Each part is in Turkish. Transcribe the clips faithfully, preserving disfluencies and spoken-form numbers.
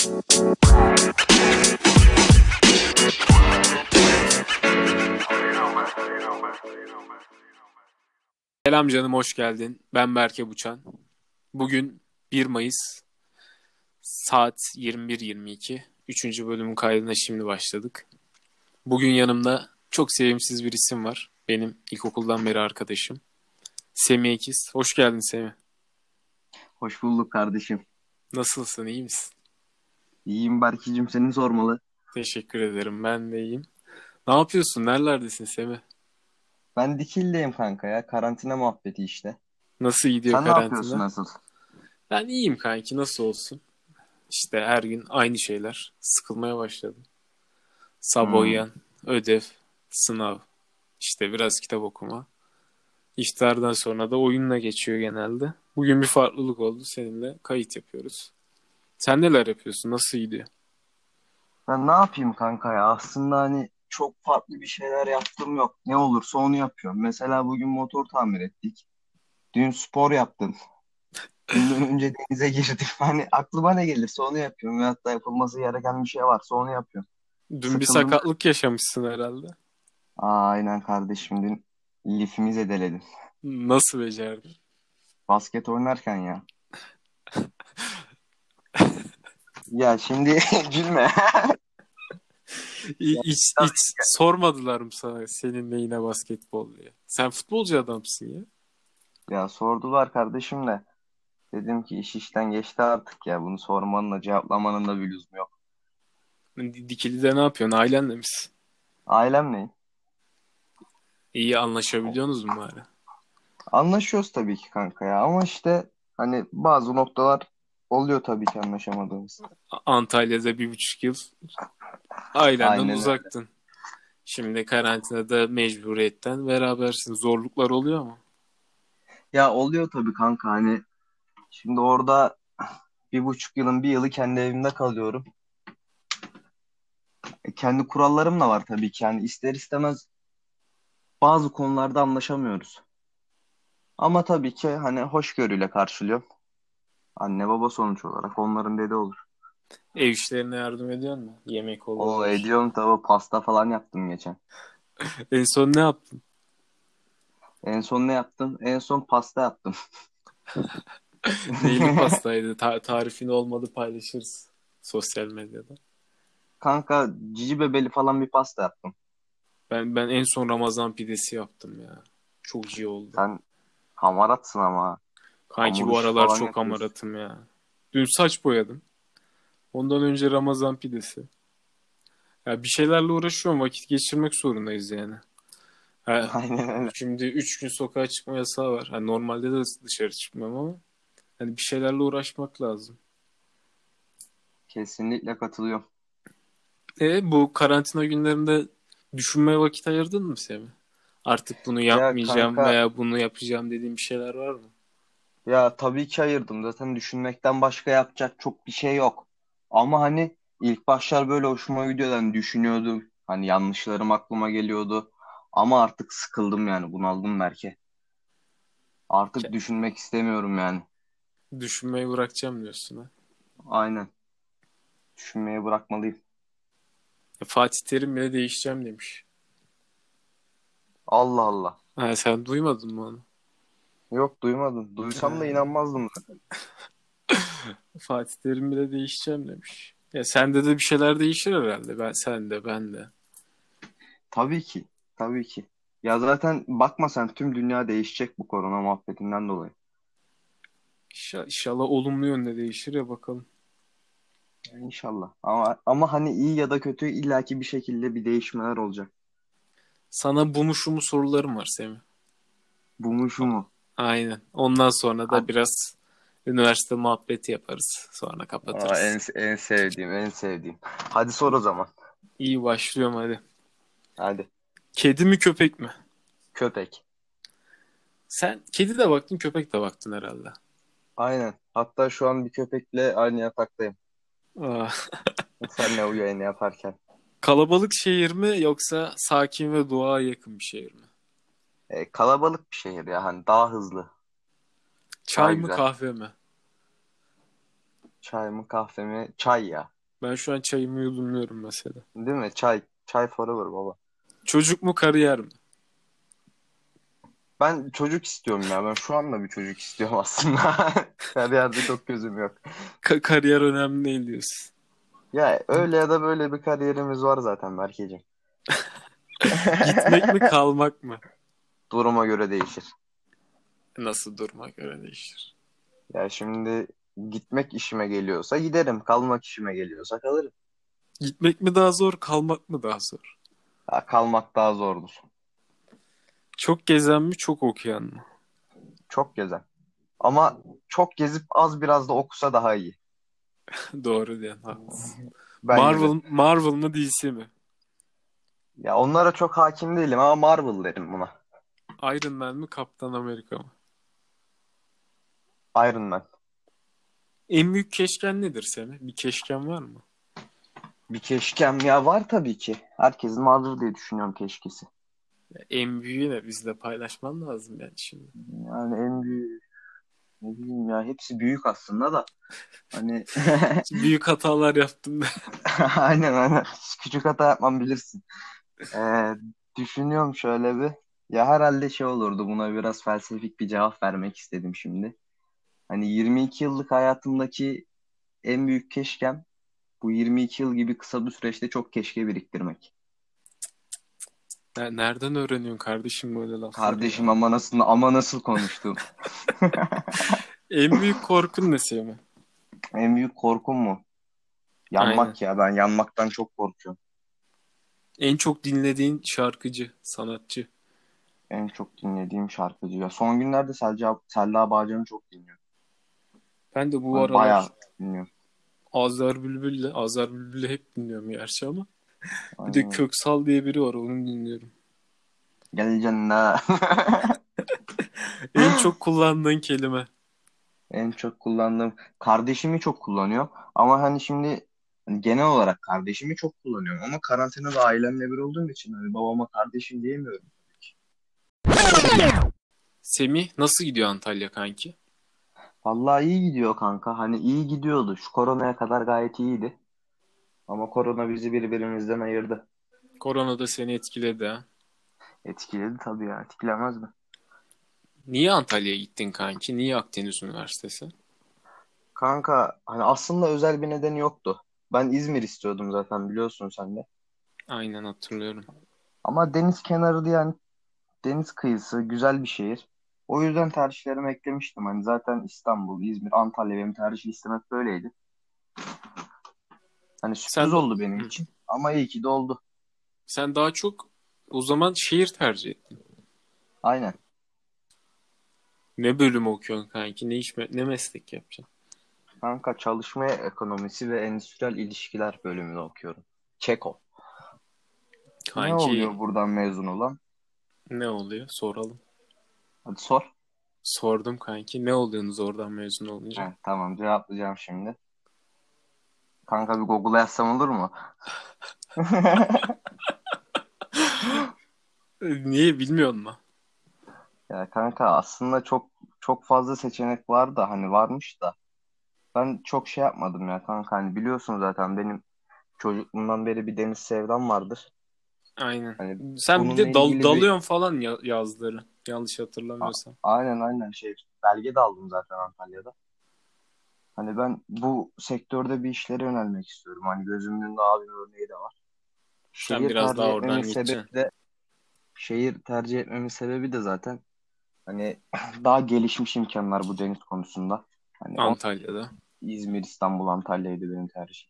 Selam canım, hoş geldin. Ben Berke Buçan. Bugün bir Mayıs, saat yirmi bir yirmi iki. Üçüncü bölümün kaydına şimdi başladık. Bugün yanımda çok sevimsiz bir isim var. Benim ilkokuldan beri arkadaşım. Semih Ekiz. Hoş geldin Semih. Hoş bulduk kardeşim. Nasılsın, iyi misin? İyiyim Berkeciğim, seni sormalı. Teşekkür ederim, ben de iyiyim. Ne yapıyorsun, nerelerdesin Semih? Ben Dikil'deyim kanka ya. Karantina muhabbeti işte. Nasıl gidiyor Sen ne yapıyorsun karantina? asıl? Ben iyiyim kanki, nasıl olsun? İşte her gün aynı şeyler. Sıkılmaya başladım. Sabah Hmm. uyan, ödev, sınav, işte biraz kitap okuma. İftardan sonra da oyunla geçiyor genelde. Bugün bir farklılık oldu. Seninle kayıt yapıyoruz. Sen neler yapıyorsun? Nasıl gidiyor? Ben ne yapayım kanka ya? Aslında hani çok farklı bir şeyler yaptığım yok. Ne olursa onu yapıyorum. Mesela bugün motor tamir ettik. Dün spor yaptım. Dünden önce denize girdim. Hani aklıma ne gelirse onu yapıyorum. Ve hatta yapılması gereken bir şey varsa onu yapıyorum. Dün bir Sıkıldım. sakatlık yaşamışsın herhalde. Aa, aynen kardeşim, dün lifimi zedeledim. Nasıl becerdin? Basket oynarken ya. Ya şimdi gülme. Hi- Hiç, hiç sormadılar mı sana senin neyine basketbol diye? Sen futbolcu adamsın ya. Ya sordular kardeşim de. Dedim ki iş işten geçti artık ya. Bunu sormanın da cevaplamanın da bir lüzumu yok. Dikili'de ne yapıyorsun? Ailenle misin? Ailemle. İyi anlaşabiliyorsunuz mu bari? Anlaşıyoruz tabii ki kanka ya. Ama işte hani bazı noktalar oluyor tabii ki anlaşamadığımız. A- Antalya'da bir buçuk yıl ailenden Aynen öyle. uzaktın. Şimdi karantinada mecburiyetten berabersin. Zorluklar oluyor mu? Ya oluyor tabii kanka, hani şimdi orada bir buçuk yılın bir yılı kendi evimde kalıyorum. E, kendi kurallarım da var tabii ki. Yani ister istemez bazı konularda anlaşamıyoruz. Ama tabii ki hani hoşgörüyle karşılıyorum. Anne baba sonuç olarak onların dediği olur. Ev işlerine yardım ediyor mu? Yemek O olur. ediyorum tabii, pasta falan yaptım geçen. En son ne yaptın? En son ne yaptım? En son pasta yaptım. Neyli pastaydı? Ta- tarifini olmadı paylaşırız sosyal medyada. Kanka cici bebeli falan bir pasta yaptım. Ben ben en son Ramazan pidesi yaptım ya. Çok iyi oldu. Sen hamaratsın ama. Kanki Hamur bu işi aralar falan çok yapıyorsun. hamaratım ya. Dün saç boyadım. Ondan önce Ramazan pidesi. Ya bir şeylerle uğraşıyorum. Vakit geçirmek zorundayız yani. Ha, Aynen öyle. şimdi üç gün sokağa çıkma yasağı var. Ha, normalde de dışarı çıkmam ama hani bir şeylerle uğraşmak lazım. Kesinlikle katılıyorum. E bu karantina günlerinde düşünmeye vakit ayırdın mı Semih? Artık bunu Ya yapmayacağım kanka, veya bunu yapacağım dediğim bir şeyler var mı? ya tabii ki ayırdım. Zaten düşünmekten başka yapacak çok bir şey yok. Ama hani ilk başlar böyle hoşuma gidiyordu. Hani düşünüyordum. Hani yanlışlarım aklıma geliyordu. Ama artık sıkıldım yani. Bunaldım belki. Artık Ke- düşünmek istemiyorum yani. Düşünmeyi bırakacağım diyorsun ha. Aynen. Düşünmeye bırakmalıyım. Ya Fatih Terim bile değişeceğim demiş. Allah Allah. Ha, sen duymadın mı onu? Yok, duymadım. Duysam da Ha, inanmazdım. Fatih Terim bile değişeceğim demiş. Ya sende de bir şeyler değişir herhalde. Ben, sen de ben de. Tabii ki. Tabii ki. Ya zaten bakma sen, tüm dünya değişecek bu korona muhabbetinden dolayı. İnşallah, inşallah olumlu yönde değişir ya bakalım. Yani İnşallah. Ama ama hani iyi ya da kötü illaki bir şekilde bir değişmeler olacak. Sana bu mu şu mu sorularım var Semih. Bu mu şu mu? Aynen. Ondan sonra da Hadi. biraz üniversite muhabbeti yaparız. Sonra Aa, kapatırız. en, en sevdiğim, en sevdiğim. Hadi sor o zaman. İyi başlıyorum hadi. Hadi. Kedi mi köpek mi? Köpek. Sen kedi de baktın köpek de baktın herhalde. Aynen. Hatta şu an bir köpekle aynı yataktayım. Aa, Seninle o yayını yaparken. kalabalık şehir mi yoksa sakin ve doğaya yakın bir şehir mi? E, kalabalık bir şehir ya. Hani daha hızlı. Daha Çay mı güzel. kahve mi? Çay mı kahve mi? Çay ya. Ben şu an çayımı yudumluyorum mesela. Değil mi? Çay. Çay forever baba. Çocuk mu kariyer mi? Ben çocuk istiyorum ya. Ben şu anda bir çocuk istiyorum aslında. Kariyerde çok gözüm yok. Ka- kariyer önemli değil diyorsun. Ya öyle ya da böyle bir kariyerimiz var zaten Berkeciğim. Gitmek mi kalmak mı? Duruma göre değişir. Nasıl duruma göre değişir. Ya şimdi gitmek işime geliyorsa giderim. Kalmak işime geliyorsa kalırım. Gitmek mi daha zor, kalmak mı daha zor? Ya kalmak daha zordur. Çok gezen mi, çok okuyan mı? Çok gezen. Ama çok gezip az biraz da okusa daha iyi. Doğru diyen, haklısın. Bence de. Marvel, Marvel mı, D C mi? Ya onlara çok hakim değilim ama Marvel derim buna. Iron Man mi, Kaptan Amerika mı? Iron Man. En büyük keşken nedir Semih? Bir keşken var mı? Bir keşkem ya var tabii ki. Herkesin vardır diye düşünüyorum keşkesi. En büyüğü ne? Bizle paylaşman lazım yani şimdi. Yani en büyük ne bileyim ya hepsi büyük aslında da hani Büyük hatalar yaptım da. aynen aynen küçük hata yapmam bilirsin. Ee, Düşünüyorum şöyle bir ya herhalde şey olurdu buna biraz felsefik bir cevap vermek istedim şimdi. Hani yirmi iki yıllık hayatımdaki en büyük keşkem bu yirmi iki yıl gibi kısa bir süreçte çok keşke biriktirmek. Ne- Nereden öğreniyorsun kardeşim böyle lafları Kardeşim ya? ama nasıl ama nasıl konuştum? En büyük korkun ne Semih? En büyük korkum mu? Aynen. Yanmak ya ben yanmaktan çok korkuyorum. En çok dinlediğin şarkıcı, sanatçı. En çok dinlediğim şarkıcı. Ya son günlerde Selca, Selda Bağcan'ı çok dinliyorum. Ben de bu Hani aralar bayağı dinliyorum. Azar Bülbül'le, Azar Bülbül'ü hep dinliyorum gerçi ama. Bir de Aynen. Köksal diye biri var, onu dinliyorum. Geleceksin ha. En çok kullandığın kelime. En çok kullandığım kardeşimi çok kullanıyor. Ama hani şimdi hani genel olarak kardeşimi çok kullanıyorum. Ama karantinada ailemle bir olduğum için hani babama kardeşim diyemiyorum. Semih nasıl gidiyor Antalya kanki? Vallahi iyi gidiyor kanka. Hani iyi gidiyordu. Şu koronaya kadar gayet iyiydi. Ama korona bizi birbirimizden ayırdı. Korona da seni etkiledi ha. Etkiledi tabii ya. Etkilemez mi? Niye Antalya'ya gittin kanki? Niye Akdeniz Üniversitesi? Kanka hani aslında özel bir nedeni yoktu. Ben İzmir istiyordum zaten biliyorsun sen de. Aynen, hatırlıyorum. Ama deniz kenarı diye yani deniz kıyısı güzel bir şehir. O yüzden tercihlerime eklemiştim. Hani zaten İstanbul, İzmir, Antalya benim tercih listem hep böyleydi. Hani sürpriz Sen de, oldu benim Hı. için. Ama iyi ki de oldu. Sen daha çok o zaman şehir tercih ettin. Aynen. Ne bölüm okuyorsun kanki? Ne iş, me- ne meslek yapacaksın? Kanka çalışma ekonomisi ve endüstriyel ilişkiler bölümünü okuyorum. Çeko. Ne Kanki oluyor buradan mezun olan? ne oluyor? Soralım. Hadi sor. Sordum kanki. Ne oluyorsunuz oradan mezun olunca? Heh, tamam cevaplayacağım şimdi. Kanka bir Google'a yazsam olur mu? Niye bilmiyor musun? Ya kanka aslında çok çok fazla seçenek var da hani varmış da ben çok şey yapmadım ya kanka hani biliyorsun zaten benim çocukluğumdan beri bir deniz sevdam vardır. Aynen. Hani Sen bir bununla de dal ilgili bir dalıyorsun falan ya- yazları. Yanlış a- hatırlamıyorsam. aynen aynen şey belge de aldım zaten Antalya'da. Hani ben bu sektörde bir işlere yönelmek istiyorum. Hani gözümün önünde abim örneği de var. Sen Şehir biraz tercih daha etmemin oradan sebebi gideceksin. de şehir tercih etmemin sebebi de zaten hani daha gelişmiş imkanlar bu deniz konusunda. Hani o Antalya'da. İzmir, İstanbul, Antalya'ydı benim tercihim.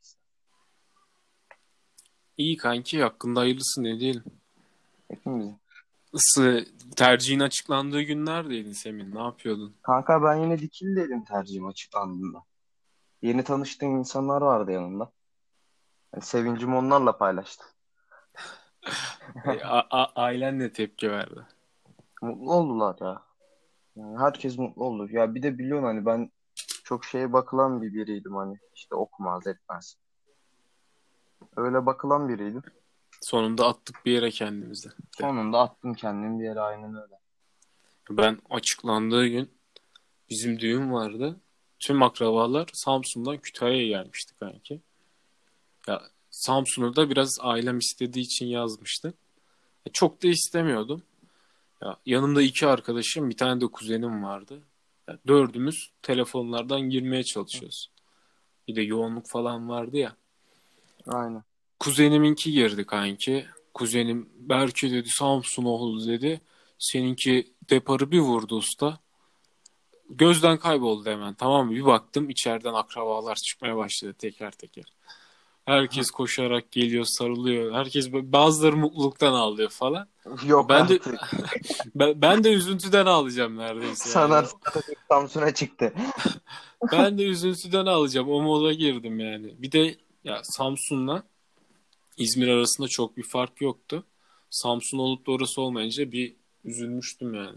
İyi kanki, hakkında hayırlısı, ne diyelim. Hepimiz. Isı tercihin açıklandığı gün neredeydin Semin? Ne yapıyordun? Kanka ben yine Dikili'deydim tercihim açıklandığında. Yeni tanıştığım insanlar vardı yanımda. Yani sevincimi onlarla paylaştım. E, a- a- ailen ne tepki verdi? Mutlu oldular ya. Yani herkes mutlu oldu. Ya bir de biliyorsun hani ben çok şeye bakılan bir biriydim hani. İşte okumaz etmez. Öyle bakılan biriydim. Sonunda attık bir yere kendimizi. De. Sonunda attım kendimi bir yere aynen öyle. Ben açıklandığı gün bizim düğün vardı. tüm akrabalar Samsun'dan Kütahya'ya gelmişti kanki. Ya Samsun'u da biraz ailem istediği için yazmıştı. E, çok da istemiyordum. Ya, yanımda iki arkadaşım, bir tane de kuzenim vardı. Ya, dördümüz telefonlardan girmeye çalışıyoruz. Bir de yoğunluk falan vardı ya. Aynen. Kuzeniminki girdi kanki. Kuzenim Berke dedi Samsun oğlu dedi. Seninki deparı bir vurdu usta. Gözden kayboldu hemen, tamam mı? Bir baktım içeriden akrabalar çıkmaya başladı teker teker. Herkes koşarak geliyor, sarılıyor. Herkes, bazıları mutluluktan ağlıyor falan. Yok Ben de artık. ben, ben de üzüntüden ağlayacağım neredeyse yani. Sanat Atatürk Samsun'a çıktı. Ben de üzüntüden ağlayacağım. O moda girdim yani. Bir de ya Samsun'la İzmir arasında çok bir fark yoktu. Samsun olup da orası olmayınca bir üzülmüştüm yani.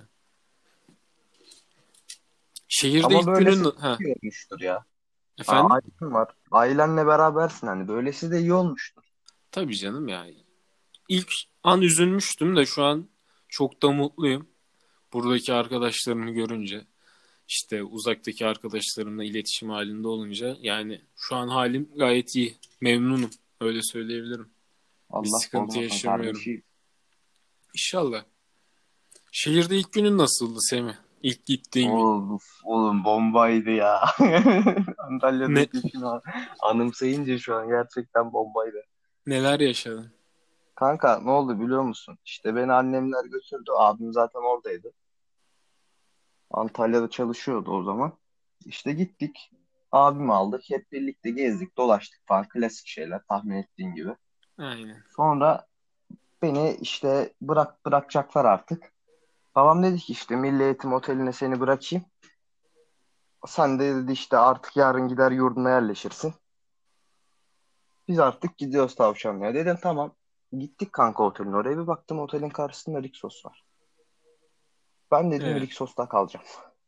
Şehirde Ama ilk böylesi günün... Ha, iyi olmuştur ya. Ha, efendim? ailen var. Ailenle berabersin hani. Böylesi de iyi olmuştur. Tabii canım ya. İlk an üzülmüştüm de şu an çok da mutluyum. Buradaki arkadaşlarımı görünce, işte uzaktaki arkadaşlarımla iletişim halinde olunca, yani şu an halim gayet iyi. Memnunum. Öyle söyleyebilirim. Bir Allah sıkıntı bozmasın yaşamıyorum. kardeşi. İnşallah. Şehirde ilk günün nasıldı Semih? İlk gittiğin gün. Oğlum, oğlum bombaydı ya. Ne, Antalya'daki şunu anımsayınca şu an gerçekten bombaydı. neler yaşadın? Kanka ne oldu biliyor musun? İşte beni annemler götürdü. Abim zaten oradaydı. Antalya'da çalışıyordu o zaman. İşte gittik. Abimi aldık. Hep birlikte gezdik, dolaştık falan. Klasik şeyler tahmin ettiğin gibi. Aynen. Sonra beni işte bırak bırakacaklar artık. Babam dedi ki işte Milli Eğitim Oteli'ne seni bırakayım. Sen de dedi işte artık yarın gider yurduna yerleşirsin. Biz artık gidiyoruz Tavşanlı'ya. Dedim tamam. Gittik kanka otelin oraya. Bir baktım otelin karşısında Rixos var. Ben dedim Evet. Rixos'ta kalacağım.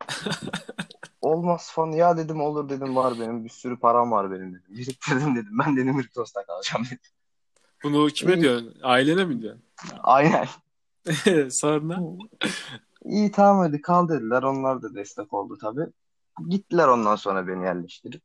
Olmaz falan. Ya dedim olur dedim var benim bir sürü param var benim dedim. Biriktirdim dedim. Ben dedim Rixos'ta kalacağım dedim. Bunu kime İyi. diyorsun? Ailene mi diyorsun? Aynen. Sonra? İyi tamam hadi kal dediler. Onlar da destek oldu tabii. Gittiler ondan sonra beni yerleştirip.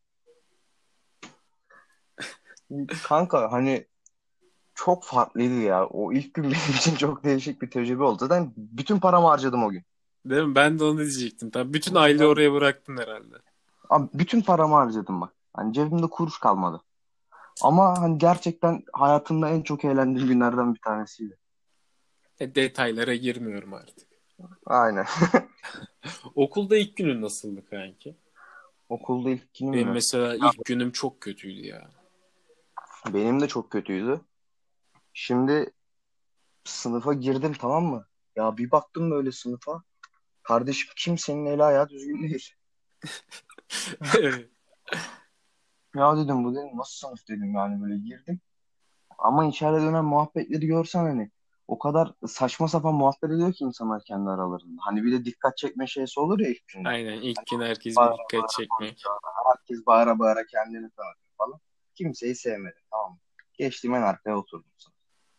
Kanka hani çok farklıydı ya. O ilk gün benim için çok değişik bir tecrübe oldu. Zaten bütün paramı harcadım o gün. Değil mi? Ben de onu diyecektim. Tabii bütün aile oraya bıraktın herhalde. Abi bütün paramı harcadım bak. Hani cebimde kuruş kalmadı. Ama hani gerçekten hayatımda en çok eğlendiğim günlerden bir tanesiydi. E, detaylara girmiyorum artık. Aynen. Okulda ilk günün nasıldı kanki? Okulda ilk günüm Benim mü? mesela ilk günüm çok kötüydü ya. Benim de çok kötüydü. Şimdi sınıfa girdim tamam mı? Ya bir baktım böyle sınıfa. Kardeşim kimsenin eli ayağı düzgün değil. Evet. Ya dedim bu dedim nasıl sınıf dedim yani böyle girdim. Ama içeride dönen muhabbetleri görsen hani o kadar saçma sapan muhabbet ediyor ki insanlar kendi aralarında. Hani bir de dikkat çekme şeysi olur ya ilk günde. Aynen, ilk gün herkes bir Bağıra dikkat bağıra çekmek. konuşuyor. Herkes bağıra bağıra kendini tanıtıyor falan. Kimseyi sevmedim tamam mı? Geçtim en arkaya oturdum sana.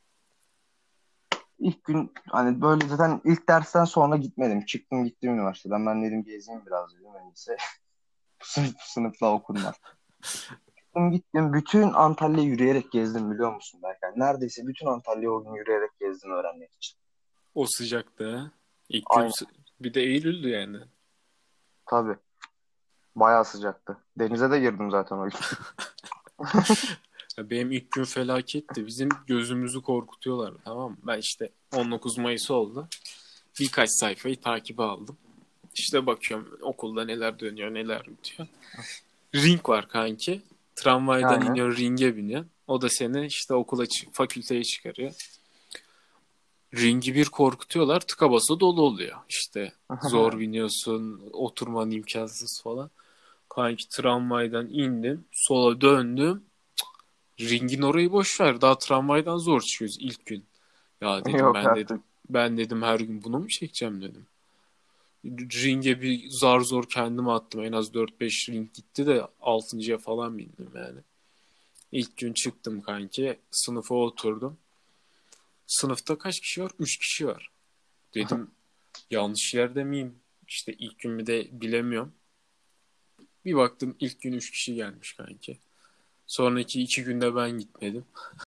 İlk gün hani böyle zaten ilk dersten sonra gitmedim. Çıktım gittim üniversiteden. Ben dedim gezeyim biraz dedim en iyisi. Bu sınıf, bu sınıfla okunmaz. Gittim gittim. Bütün Antalya yürüyerek gezdim biliyor musun Berkay? Neredeyse bütün Antalya o gün yürüyerek gezdim öğrenmek için. O sıcakta. Ha. İlk gün Aynen sı- bir de Eylül'dü yani. tabii. Bayağı sıcaktı. Denize de girdim zaten o gün. Ya benim ilk gün felaketti. Bizim gözümüzü korkutuyorlar, tamam mı? Ben işte on dokuz Mayıs oldu. Birkaç sayfayı takibe aldım. İşte bakıyorum okulda neler dönüyor neler bitiyor. Ring var kanki. Tramvaydan Aynen. iniyor, ringe biniyor. O da seni işte okula, çı- fakülteye çıkarıyor. Ringi bir korkutuyorlar. Tıka basa dolu oluyor. İşte zor biniyorsun. Oturman imkansız falan. Kanki tramvaydan indim. Sola döndüm. Ringin orayı boş ver. Daha tramvaydan zor çıkıyoruz ilk gün. Ya dedim, Yok ben dedim. artık. Ben dedim her gün bunu mu çekeceğim dedim. Ringe bir zar zor kendim attım. En az dört beş ring gitti de altıncıya falan bindim yani. İlk gün çıktım kanki. Sınıfa oturdum. Sınıfta kaç kişi var? Üç kişi var. Dedim yanlış yerde miyim? İşte ilk gün bir de bilemiyorum. Bir baktım ilk gün üç kişi gelmiş kanki. Sonraki iki günde ben gitmedim.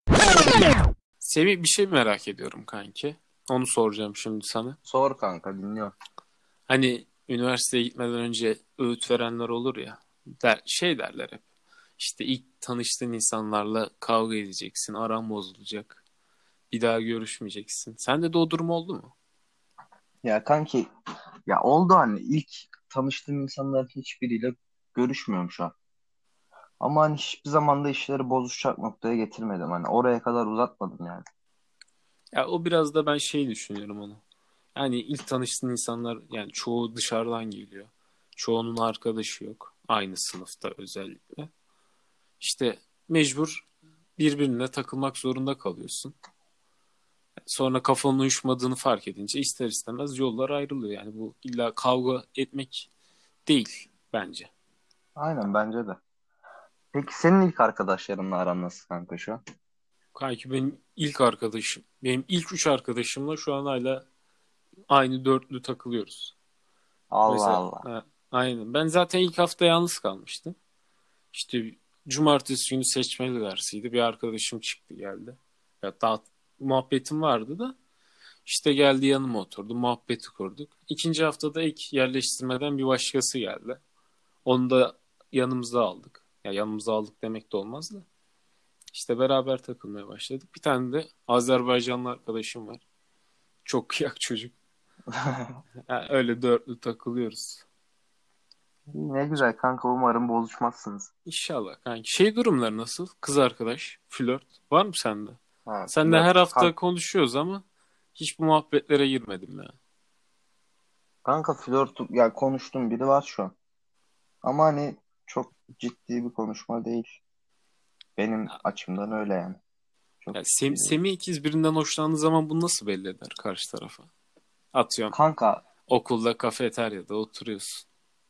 Semih, bir şey merak ediyorum kanki. Onu soracağım şimdi sana. Sor kanka, dinliyorum. Hani üniversiteye gitmeden önce öğüt verenler olur ya. Der, şey derler hep. İşte ilk tanıştığın insanlarla kavga edeceksin. Aran bozulacak. Bir daha görüşmeyeceksin. Sende de o durum oldu mu? Ya kanki, ya oldu hani ilk tanıştığım insanların hiçbiriyle görüşmüyorum şu an. Ama hani hiçbir zaman da işleri bozuşacak noktaya getirmedim. Hani oraya kadar uzatmadım yani. Ya o biraz da ben şey düşünüyorum onu. Yani ilk tanıştığın insanlar yani çoğu dışarıdan geliyor. Çoğunun arkadaşı yok. Aynı sınıfta özellikle. İşte mecbur birbirine takılmak zorunda kalıyorsun. Sonra kafanın uyuşmadığını fark edince ister istemez yollar ayrılıyor. Yani bu illa kavga etmek değil bence. Aynen, bence de. Peki senin ilk arkadaşlarınla aran nasıl kanka şu an? Kanki benim ilk arkadaşım, benim ilk üç arkadaşımla şu an hala aynı dörtlü takılıyoruz. Allah Mesela Allah. ha, aynen. Ben zaten ilk hafta yalnız kalmıştım. İşte cumartesi günü seçmeli dersiydi. Bir arkadaşım çıktı geldi. Ya daha muhabbetim vardı da işte geldi yanıma oturdu. Muhabbeti kurduk. İkinci haftada ilk yerleştirmeden bir başkası geldi. Onu da yanımıza aldık. Ya yanımıza aldık demek de olmaz da. İşte beraber takılmaya başladık. Bir tane de Azerbaycanlı arkadaşım var. Çok kıyak çocuk. Ha, öyle dörtlü takılıyoruz. Ne güzel kanka, umarım bozuşmazsınız. İnşallah kanki. Şey, durumlar nasıl? Kız arkadaş, flört var mı sende? Ha, Seninle flört. her hafta Kanka, konuşuyoruz ama hiç bu muhabbetlere girmedim ya. kanka flört ya, konuştum biri var şu an. Ama hani çok ciddi bir konuşma değil. Benim açımdan öyle yani. Çok Ya Sem ciddi değil. Semih ikiz birinden hoşlandığı zaman bunu nasıl belli eder karşı tarafa? Atıyorum, Kanka okulda kafeteryada oturuyorsun.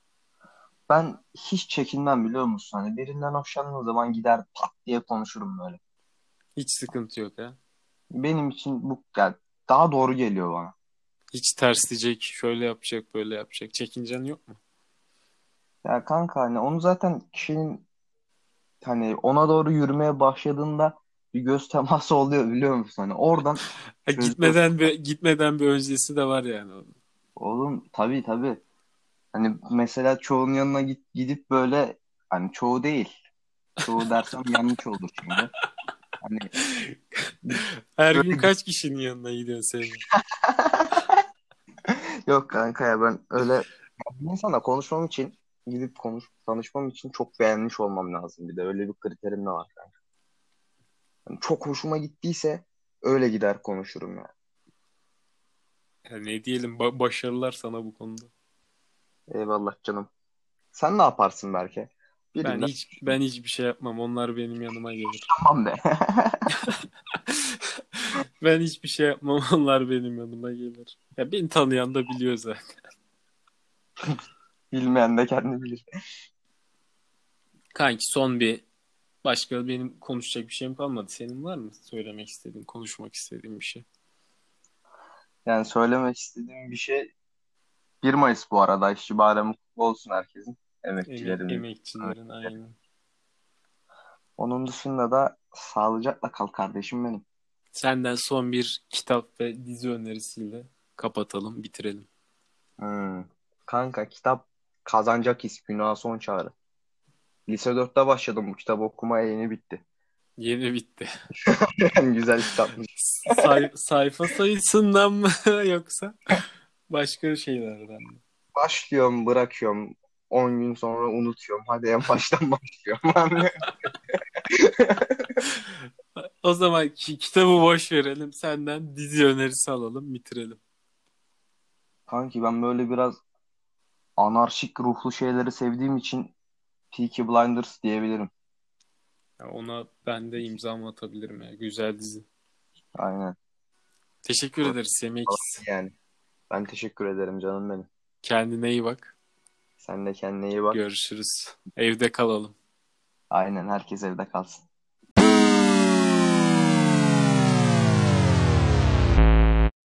ben hiç çekinmem, biliyor musun? Hani birinden hoşlandığım zaman gider pat diye konuşurum böyle. Hiç sıkıntı yok ha. Benim için bu yani daha doğru geliyor bana. Hiç tersleyecek, şöyle yapacak, böyle yapacak. Çekincen yok mu? Ya kanka, hani onu zaten kişinin hani ona doğru yürümeye başladığında bir göz teması oluyor, biliyor musun? Hani oradan Ha, çözüyorsun. gitmeden bir gitmeden bir öncesi de var yani onun. Oğlum, tabii tabii. Hani mesela çoğunun yanına git, gidip böyle, hani çoğu değil. Çoğu dersem yanlış olur şimdi. Hani Her gün böyle kaç kişinin yanına gidiyorsun Semih? yok kanka, ya ben öyle bir insanla konuşmam için gidip konuş tanışmam için çok beğenmiş olmam lazım, bir de öyle bir kriterim de var kanka. Yani çok hoşuma gittiyse öyle gider konuşurum yani. Ya ne diyelim, ba- başarılar sana bu konuda. Eyvallah canım. Sen ne yaparsın belki? Ben Birinden hiç ben hiçbir şey yapmam. Onlar benim yanıma gelir. tamam de. Ben hiçbir şey yapmam. Onlar benim yanıma gelir. Ya beni tanıyan da biliyor zaten. Bilmeyen de kendi bilir. Kanki son bir başka benim konuşacak bir şeyim kalmadı. Senin var mı söylemek istediğin, konuşmak istediğin bir şey? Yani söylemek istediğim bir şey, bir Mayıs bu arada. İşçi bayramı kutlu olsun herkesin. Emek, Emekçilerin. emekçilerin aynen. Onun dışında da sağlıcakla kal kardeşim benim. Senden son bir kitap ve dizi önerisiyle kapatalım, bitirelim. Hmm. Kanka, kitap Kazanacak His, Günah Son Çağrı. Lise dörtte başladım bu kitabı okumaya, yeni bitti. Yeni bitti. Güzel kitapmış. Say- sayfa sayısından mı yoksa başka şeylerden mi? Başlıyorum, bırakıyorum. on gün sonra unutuyorum. Hadi en baştan başlıyorum. O zaman ki, kitabı boş verelim. Senden dizi önerisi alalım, bitirelim. Kanki, ben böyle biraz anarşik ruhlu şeyleri sevdiğim için Peaky Blinders diyebilirim. Ya ona ben de imzamı atabilirim ya. Güzel dizi. Aynen. Teşekkür ederiz Semih. Yani. Ben teşekkür ederim canım benim. Kendine iyi bak. Sen de kendine iyi bak. Görüşürüz. Evde kalalım. Aynen, herkes evde kalsın.